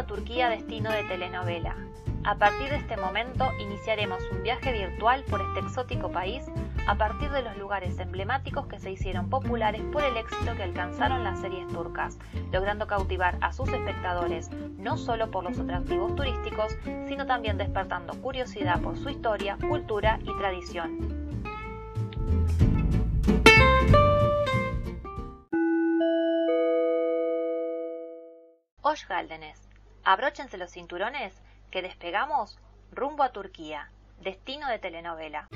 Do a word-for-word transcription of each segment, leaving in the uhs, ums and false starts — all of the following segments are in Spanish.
a Turquía destino de telenovela. A partir de este momento iniciaremos un viaje virtual por este exótico país a partir de los lugares emblemáticos que se hicieron populares por el éxito que alcanzaron las series turcas, logrando cautivar a sus espectadores no solo por los atractivos turísticos, sino también despertando curiosidad por su historia, cultura y tradición. Hoş geldiniz. Abróchense los cinturones que despegamos rumbo a Turquía, destino de telenovela.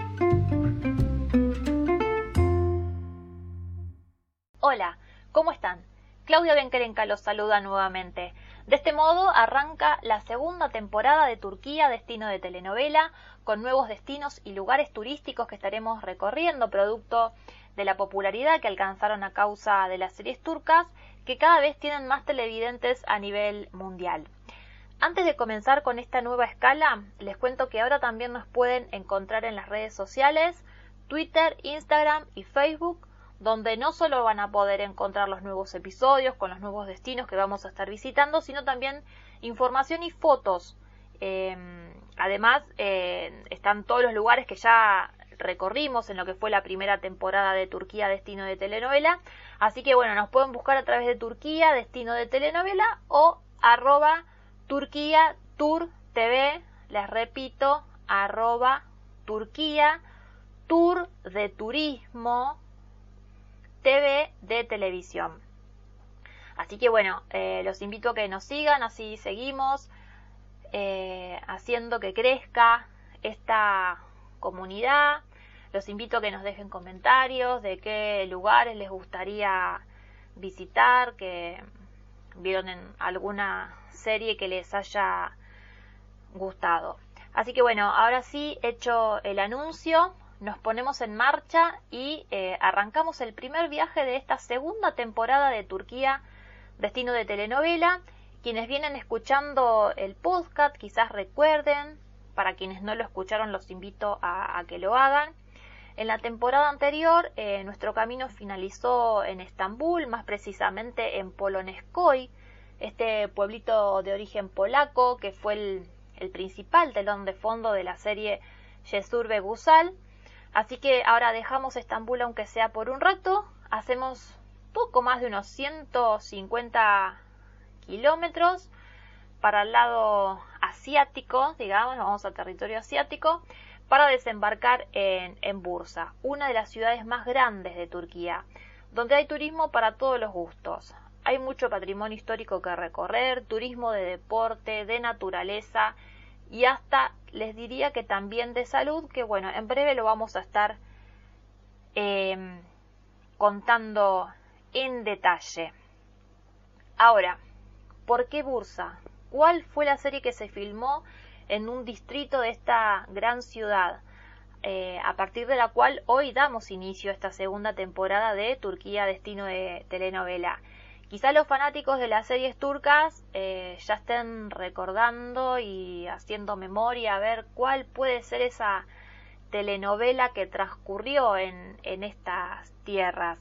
Hola, ¿cómo están? Claudia Benkerenka los saluda nuevamente. De este modo arranca la segunda temporada de Turquía, destino de telenovela, con nuevos destinos y lugares turísticos que estaremos recorriendo, producto de la popularidad que alcanzaron a causa de las series turcas, que cada vez tienen más televidentes a nivel mundial. Antes de comenzar con esta nueva escala, les cuento que ahora también nos pueden encontrar en las redes sociales, Twitter, Instagram y Facebook, donde no solo van a poder encontrar los nuevos episodios con los nuevos destinos que vamos a estar visitando, sino también información y fotos. Eh, además, eh, están todos los lugares que ya recorrimos en lo que fue la primera temporada de Turquía, destino de telenovela. Así que bueno, nos pueden buscar a través de Turquía, destino de telenovela o arroba Turquía Tour T V, les repito, arroba Turquía Tour de turismo T V de televisión. Así que bueno, eh, los invito a que nos sigan, así seguimos eh, haciendo que crezca esta comunidad. Los invito a que nos dejen comentarios de qué lugares les gustaría visitar, que vieron en alguna serie que les haya gustado. Así que bueno, ahora sí, hecho el anuncio, nos ponemos en marcha y eh, arrancamos el primer viaje de esta segunda temporada de Turquía, destino de telenovela. Quienes vienen escuchando el podcast quizás recuerden, para quienes no lo escucharon los invito a, a que lo hagan. En la temporada anterior eh, nuestro camino finalizó en Estambul, más precisamente en Polonezköy, este pueblito de origen polaco que fue el, el principal telón de fondo de la serie Cesur ve Güzel. Así que ahora dejamos Estambul aunque sea por un rato, hacemos poco más de unos ciento cincuenta kilómetros para el lado asiático, digamos, vamos al territorio asiático, para desembarcar en, en Bursa, una de las ciudades más grandes de Turquía, donde hay turismo para todos los gustos. Hay mucho patrimonio histórico que recorrer, turismo de deporte, de naturaleza y hasta les diría que también de salud, que bueno, en breve lo vamos a estar eh, contando en detalle. Ahora, ¿por qué Bursa? ¿Cuál fue la serie que se filmó en un distrito de esta gran ciudad, eh, a partir de la cual hoy damos inicio a esta segunda temporada de Turquía, destino de telenovela? Quizá los fanáticos de las series turcas eh, ya estén recordando y haciendo memoria a ver cuál puede ser esa telenovela que transcurrió en, en estas tierras.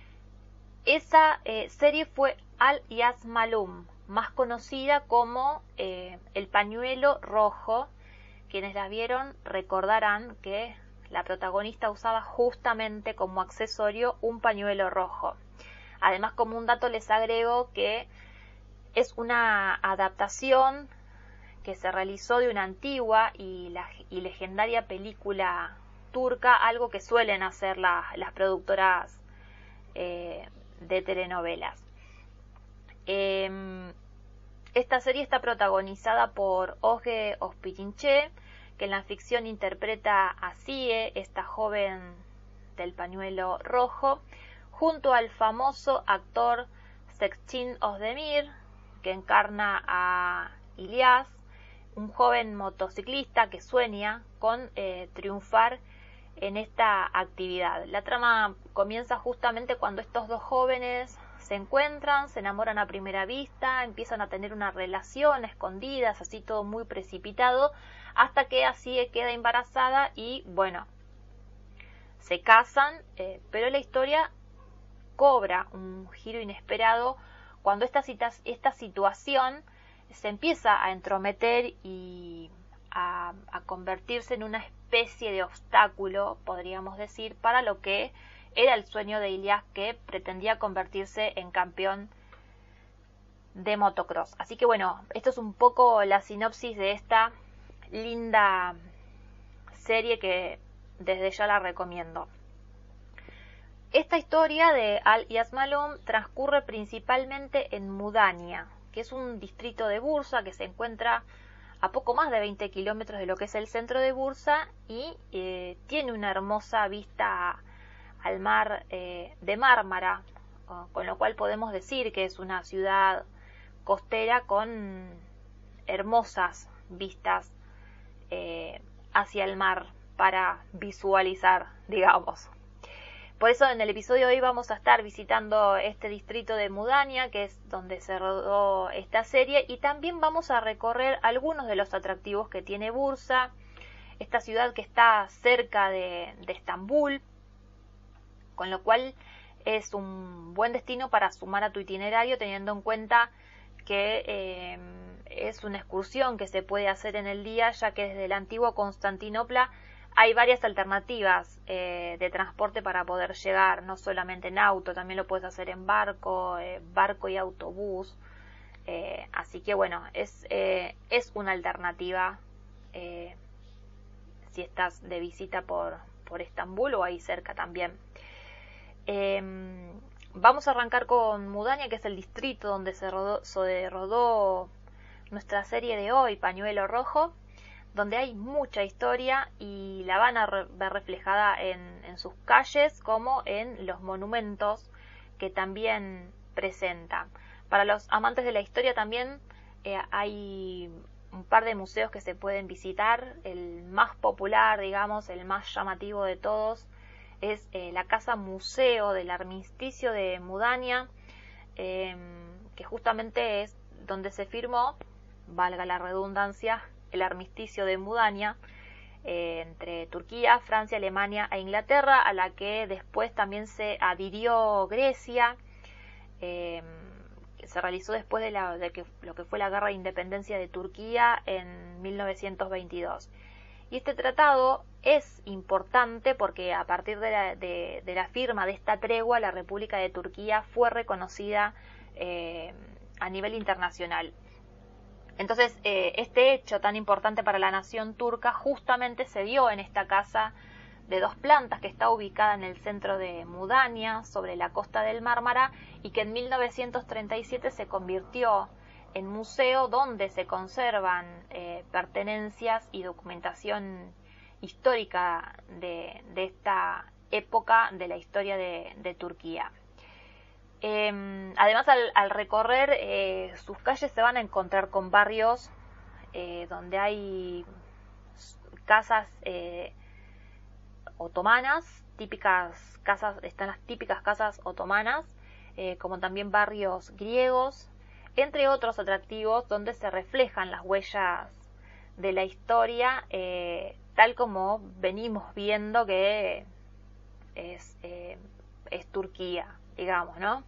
Esa eh, serie fue Al Yas Malum, más conocida como eh, El Pañuelo Rojo. Quienes la vieron recordarán que la protagonista usaba justamente como accesorio un pañuelo rojo. Además, como un dato les agrego que es una adaptación que se realizó de una antigua y, la, y legendaria película turca, algo que suelen hacer la, las productoras eh, de telenovelas. Eh, esta serie está protagonizada por Oge Ospirinche, que en la ficción interpreta a Sie, esta joven del pañuelo rojo, junto al famoso actor Sezgin Özdemir, que encarna a Ilyas, un joven motociclista que sueña con eh, triunfar en esta actividad. La trama comienza justamente cuando estos dos jóvenes se encuentran, se enamoran a primera vista, empiezan a tener una relación escondidas, así todo muy precipitado, hasta que así queda embarazada y bueno, se casan, eh, pero la historia cobra un giro inesperado cuando esta, esta situación se empieza a entrometer y a, a convertirse en una especie de obstáculo, podríamos decir, para lo que era el sueño de Ilyas, que pretendía convertirse en campeón de motocross. Así que bueno, esto es un poco la sinopsis de esta linda serie que desde ya la recomiendo. Esta historia de Al-Yasmalum transcurre principalmente en Mudanya, que es un distrito de Bursa que se encuentra a poco más de veinte kilómetros de lo que es el centro de Bursa y eh, tiene una hermosa vista al mar eh, de Mármara, con lo cual podemos decir que es una ciudad costera con hermosas vistas eh, hacia el mar para visualizar, digamos. Por eso en el episodio de hoy vamos a estar visitando este distrito de Mudanya, que es donde se rodó esta serie, y también vamos a recorrer algunos de los atractivos que tiene Bursa, esta ciudad que está cerca de, de Estambul, con lo cual es un buen destino para sumar a tu itinerario, teniendo en cuenta que eh, es una excursión que se puede hacer en el día, ya que desde la antigua Constantinopla hay varias alternativas eh, de transporte para poder llegar, no solamente en auto, también lo puedes hacer en barco, eh, barco y autobús. Eh, así que bueno, es, eh, es una alternativa eh, si estás de visita por, por Estambul o ahí cerca también. Eh, vamos a arrancar con Mudanya, que es el distrito donde se rodó, se rodó nuestra serie de hoy, Pañuelo Rojo, donde hay mucha historia y la van a re ver reflejada en, en sus calles como en los monumentos que también presenta. Para los amantes de la historia también eh, hay un par de museos que se pueden visitar. El más popular, digamos, el más llamativo de todos es eh, la Casa Museo del Armisticio de Mudanya, eh, que justamente es donde se firmó, valga la redundancia, el armisticio de Mudanya eh, entre Turquía, Francia, Alemania e Inglaterra, a la que después también se adhirió Grecia, eh, que se realizó después de, la, de que, lo que fue la Guerra de Independencia de Turquía en mil novecientos veintidós. Y este tratado es importante porque a partir de la, de, de la firma de esta tregua, la República de Turquía fue reconocida eh, a nivel internacional. Entonces, eh, este hecho tan importante para la nación turca justamente se dio en esta casa de dos plantas que está ubicada en el centro de Mudanya, sobre la costa del Mármara, y que en mil novecientos treinta y siete se convirtió en museo donde se conservan eh, pertenencias y documentación histórica de, de esta época de la historia de, de Turquía. Eh, además, al, al recorrer eh, sus calles se van a encontrar con barrios eh, donde hay casas eh, otomanas, típicas casas, están las típicas casas otomanas, eh, como también barrios griegos, entre otros atractivos donde se reflejan las huellas de la historia, eh, tal como venimos viendo que es, eh, es Turquía, digamos, ¿no?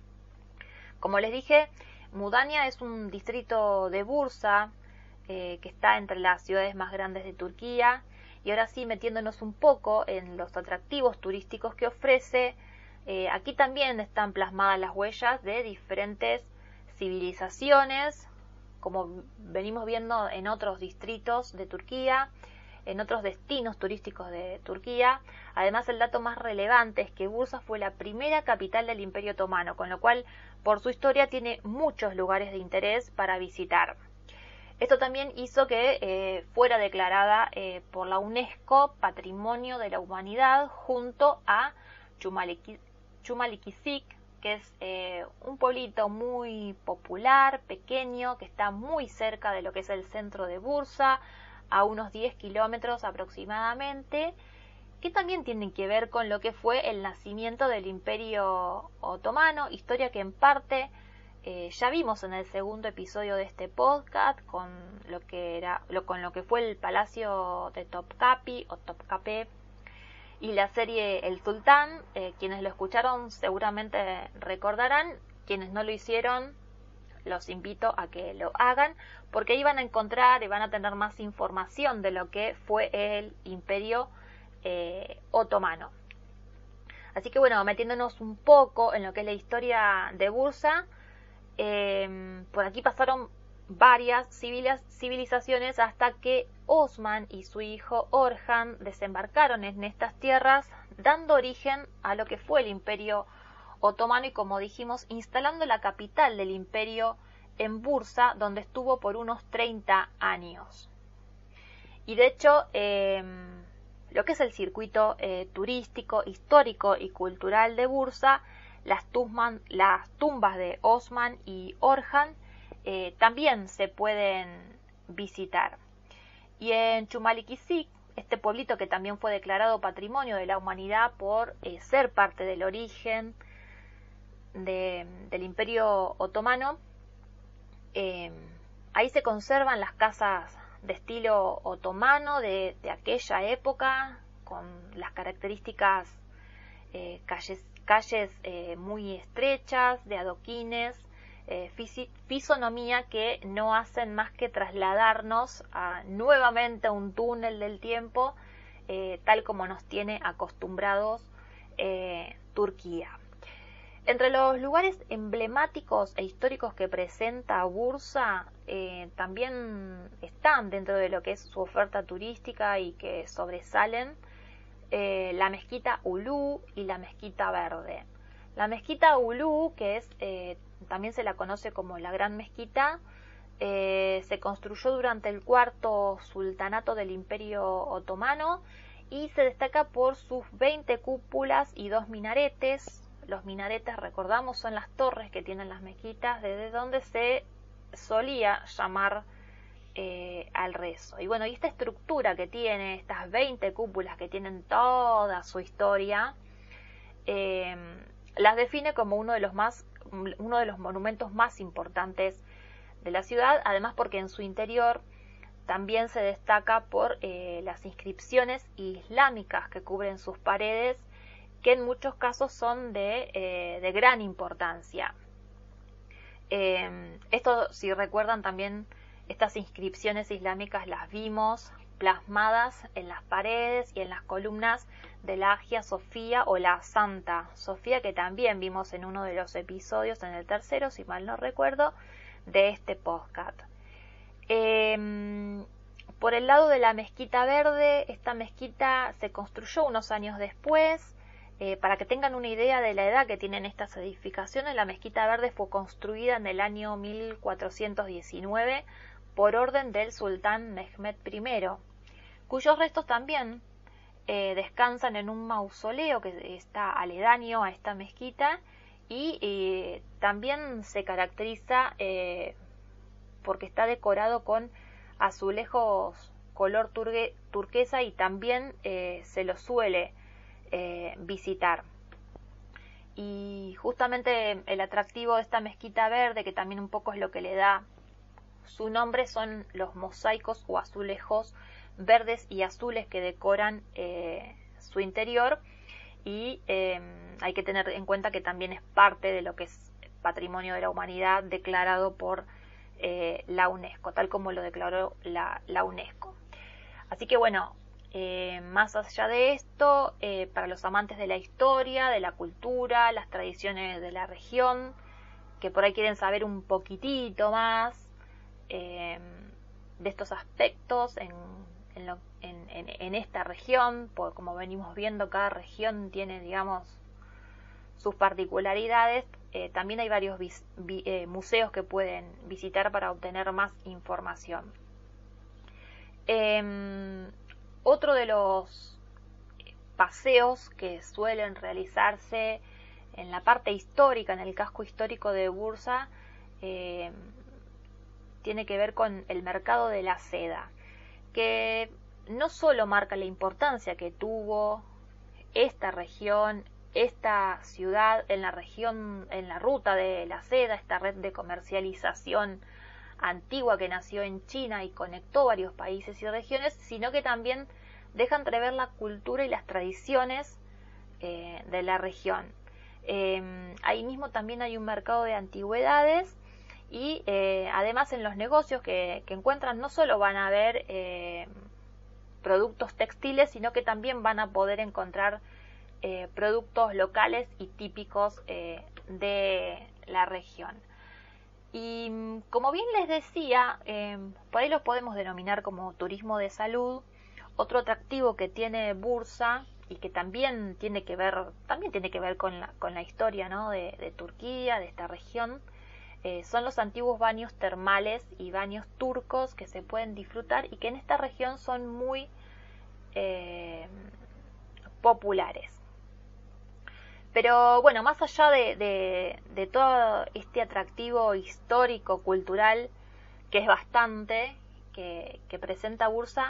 Como les dije, Mudanya es un distrito de Bursa eh, que está entre las ciudades más grandes de Turquía. Y ahora sí, metiéndonos un poco en los atractivos turísticos que ofrece, eh, aquí también están plasmadas las huellas de diferentes civilizaciones, como venimos viendo en otros distritos de Turquía, en otros destinos turísticos de Turquía. Además, el dato más relevante es que Bursa fue la primera capital del Imperio Otomano, con lo cual, por su historia, tiene muchos lugares de interés para visitar. Esto también hizo que eh, fuera declarada eh, por la UNESCO Patrimonio de la Humanidad junto a Chumalikisik, que es eh, un pueblito muy popular, pequeño, que está muy cerca de lo que es el centro de Bursa, a unos diez kilómetros aproximadamente, que también tienen que ver con lo que fue el nacimiento del Imperio Otomano, historia que en parte eh, ya vimos en el segundo episodio de este podcast con lo que era lo, con lo que fue el Palacio de Topkapi o Topkapi y la serie El Sultán. Eh, quienes lo escucharon seguramente recordarán, quienes no lo hicieron los invito a que lo hagan, porque ahí van a encontrar y van a tener más información de lo que fue el Imperio eh, Otomano. Así que bueno, metiéndonos un poco en lo que es la historia de Bursa, eh, por aquí pasaron varias civilizaciones hasta que Osman y su hijo Orhan desembarcaron en estas tierras, dando origen a lo que fue el Imperio Otomano y, como dijimos, instalando la capital del imperio en Bursa, donde estuvo por unos treinta años. Y de hecho, eh, lo que es el circuito eh, turístico, histórico y cultural de Bursa, las, tusman, las tumbas de Osman y Orhan eh, también se pueden visitar. Y en Chumalikisik, este pueblito que también fue declarado Patrimonio de la Humanidad por eh, ser parte del origen de, del Imperio Otomano, eh, ahí se conservan las casas de estilo otomano de, de aquella época, con las características eh, calles, calles eh, muy estrechas, de adoquines, eh, fisi, fisonomía que no hacen más que trasladarnos a, nuevamente a un túnel del tiempo, eh, tal como nos tiene acostumbrados eh, Turquía. Entre los lugares emblemáticos e históricos que presenta Bursa, eh, también están dentro de lo que es su oferta turística y que sobresalen eh, la mezquita Ulu y la mezquita Verde. La mezquita Ulu, que es eh, también se la conoce como la Gran Mezquita, eh, se construyó durante el cuarto sultanato del Imperio Otomano y se destaca por sus veinte cúpulas y dos minaretes. Los minaretes, recordamos, son las torres que tienen las mezquitas, desde donde se solía llamar eh, al rezo. Y bueno, y esta estructura que tiene, estas veinte cúpulas que tienen toda su historia, eh, las define como uno de los más, uno de los monumentos más importantes de la ciudad, además porque en su interior también se destaca por eh, las inscripciones islámicas que cubren sus paredes, que en muchos casos son de, eh, de gran importancia. Eh, esto, si recuerdan, también estas inscripciones islámicas las vimos plasmadas en las paredes y en las columnas de la Hagia Sofía o la Santa Sofía, que también vimos en uno de los episodios, en el tercero, si mal no recuerdo, de este podcast. Eh, por el lado de la Mezquita Verde, esta mezquita se construyó unos años después. Eh, para que tengan una idea de la edad que tienen estas edificaciones, la Mezquita Verde fue construida en el año mil cuatrocientos diecinueve por orden del sultán Mehmed primero, cuyos restos también eh, descansan en un mausoleo que está aledaño a esta mezquita y eh, también se caracteriza eh, porque está decorado con azulejos color turque, turquesa y también eh, se lo suele Eh, visitar. Y justamente el atractivo de esta mezquita verde, que también un poco es lo que le da su nombre, son los mosaicos o azulejos verdes y azules que decoran eh, su interior, y eh, hay que tener en cuenta que también es parte de lo que es Patrimonio de la Humanidad declarado por eh, la UNESCO, tal como lo declaró la, la UNESCO. Así que bueno, Eh, más allá de esto, eh, para los amantes de la historia, de la cultura, las tradiciones de la región, que por ahí quieren saber un poquitito más eh, de estos aspectos en, en, lo, en, en, en esta región, porque como venimos viendo, cada región tiene, digamos, sus particularidades. Eh, también hay varios vis, vi, eh, museos que pueden visitar para obtener más información. Eh, Otro de los paseos que suelen realizarse en la parte histórica, en el casco histórico de Bursa, eh, tiene que ver con el mercado de la seda, que no solo marca la importancia que tuvo esta región, esta ciudad en la región, en la ruta de la seda, esta red de comercialización antigua que nació en China y conectó varios países y regiones, sino que también deja entrever la cultura y las tradiciones eh, de la región. Eh, ahí mismo también hay un mercado de antigüedades Y eh, además en los negocios que, que encuentran no solo van a ver eh, productos textiles, sino que también van a poder encontrar eh, productos locales y típicos eh, de la región. Y como bien les decía, eh, por ahí los podemos denominar como turismo de salud. Otro atractivo que tiene Bursa y que también tiene que ver, también tiene que ver con la, con la historia, ¿no? de, de Turquía, de esta región, eh, son los antiguos baños termales y baños turcos que se pueden disfrutar y que en esta región son muy eh, populares. Pero bueno, más allá de, de, de todo este atractivo histórico, cultural, que es bastante, que, que presenta Bursa,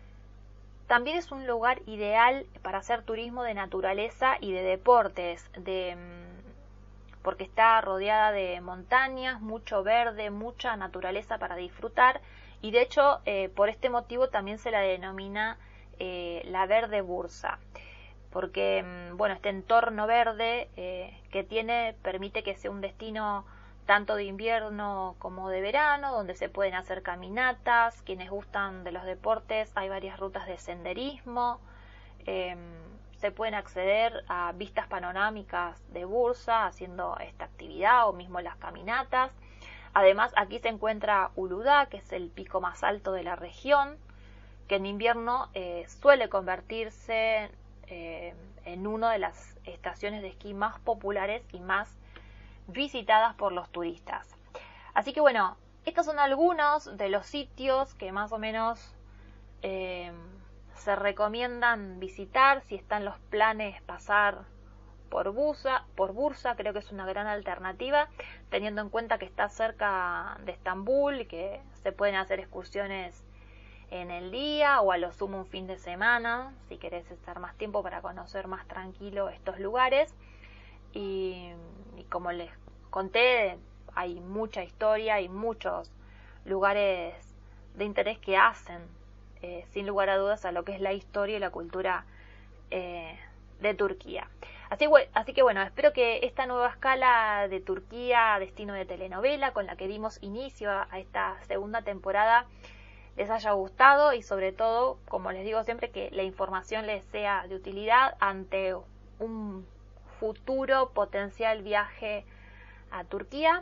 también es un lugar ideal para hacer turismo de naturaleza y de deportes, de, porque está rodeada de montañas, mucho verde, mucha naturaleza para disfrutar, y de hecho eh, por este motivo también se la denomina eh, la Verde Bursa, porque bueno, este entorno verde eh, que tiene permite que sea un destino tanto de invierno como de verano, donde se pueden hacer caminatas. Quienes gustan de los deportes, hay varias rutas de senderismo, eh, se pueden acceder a vistas panorámicas de Bursa haciendo esta actividad o mismo las caminatas. Además, aquí se encuentra Uludağ, que es el pico más alto de la región, que en invierno eh, suele convertirse eh, en una de las estaciones de esquí más populares y más visitadas por los turistas. Así que bueno, estos son algunos de los sitios que más o menos eh, se recomiendan visitar si están los planes pasar por Bursa, por Bursa. Creo que es una gran alternativa, teniendo en cuenta que está cerca de Estambul y que se pueden hacer excursiones en el día o a lo sumo un fin de semana, si querés estar más tiempo para conocer más tranquilo estos lugares. Y, y como les conté, hay mucha historia y muchos lugares de interés que hacen, eh, sin lugar a dudas, a lo que es la historia y la cultura eh, de Turquía. Así, así que bueno, espero que esta nueva escala de Turquía, destino de telenovela, con la que dimos inicio a, a esta segunda temporada, les haya gustado y sobre todo, como les digo siempre, que la información les sea de utilidad ante un futuro potencial viaje a Turquía.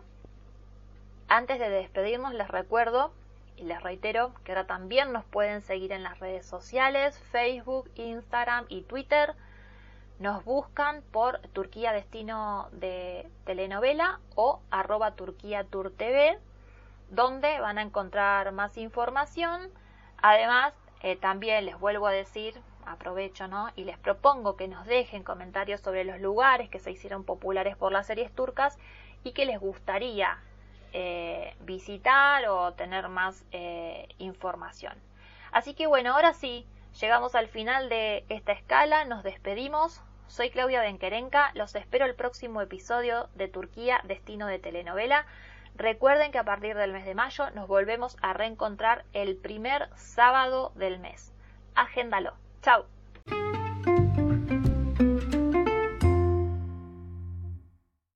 Antes de despedirnos, les recuerdo y les reitero que ahora también nos pueden seguir en las redes sociales, Facebook, Instagram y Twitter. Nos buscan por Turquía Destino de Telenovela o arroba Turquía Tour T V, donde van a encontrar más información. Además, eh, también les vuelvo a decir, aprovecho, ¿no? Y les propongo que nos dejen comentarios sobre los lugares que se hicieron populares por las series turcas y que les gustaría eh, visitar o tener más eh, información. Así que bueno, ahora sí, llegamos al final de esta escala, nos despedimos. Soy Claudia Benquerenca, los espero el próximo episodio de Turquía Destino de Telenovela. Recuerden que a partir del mes de mayo nos volvemos a reencontrar el primer sábado del mes. Agéndalo. Chao.